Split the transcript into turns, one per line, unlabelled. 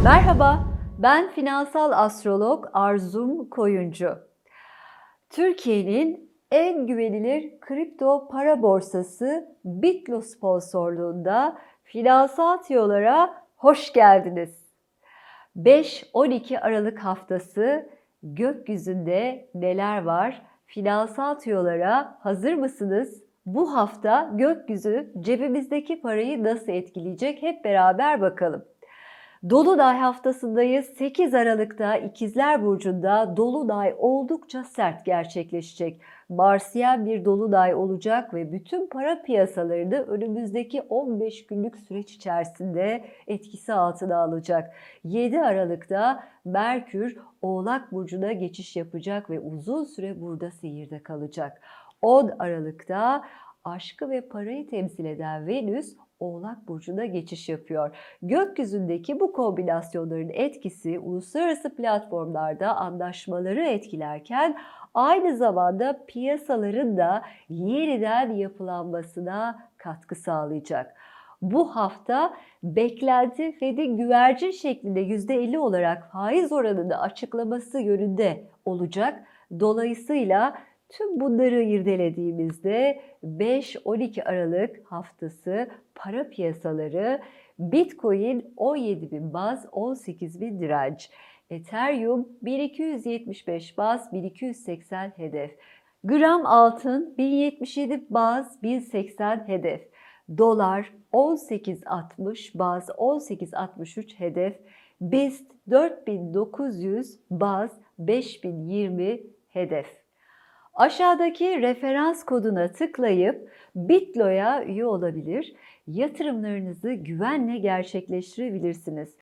Merhaba, ben finansal astrolog Arzum Koyuncu. Türkiye'nin en güvenilir kripto para borsası Bitlo sponsorluğunda finansal tiyolara hoş geldiniz. 5-12 Aralık haftası gökyüzünde neler var? Finansal tiyolara hazır mısınız? Bu hafta gökyüzü cebimizdeki parayı nasıl etkileyecek? Hep beraber bakalım. Dolunay haftasındayız. 8 Aralık'ta İkizler Burcu'nda Dolunay oldukça sert gerçekleşecek. Marsiyen bir Dolunay olacak ve bütün para piyasalarını önümüzdeki 15 günlük süreç içerisinde etkisi altına alacak. 7 Aralık'ta Merkür Oğlak Burcu'na geçiş yapacak ve uzun süre burada seyirde kalacak. 10 Aralık'ta aşkı ve parayı temsil eden Venüs Oğlak Burcu'na geçiş yapıyor. Gökyüzündeki bu kombinasyonların etkisi uluslararası platformlarda anlaşmaları etkilerken aynı zamanda piyasaların da yeniden yapılanmasına katkı sağlayacak. Bu hafta beklenti Fed'in güvercin şeklinde %50 olarak faiz oranını açıklaması yönünde olacak. Dolayısıyla tüm bunları irdelediğimizde 5-12 Aralık haftası para piyasaları Bitcoin 17.000 baz 18.000 direnç. Ethereum 1275 baz 1280 hedef. Gram altın 1077 baz 1080 hedef. Dolar 18.60 baz 18.63 hedef. BIST 4900 baz 5020 hedef. Aşağıdaki referans koduna tıklayıp Bitlo'ya üye olabilir, yatırımlarınızı güvenle gerçekleştirebilirsiniz.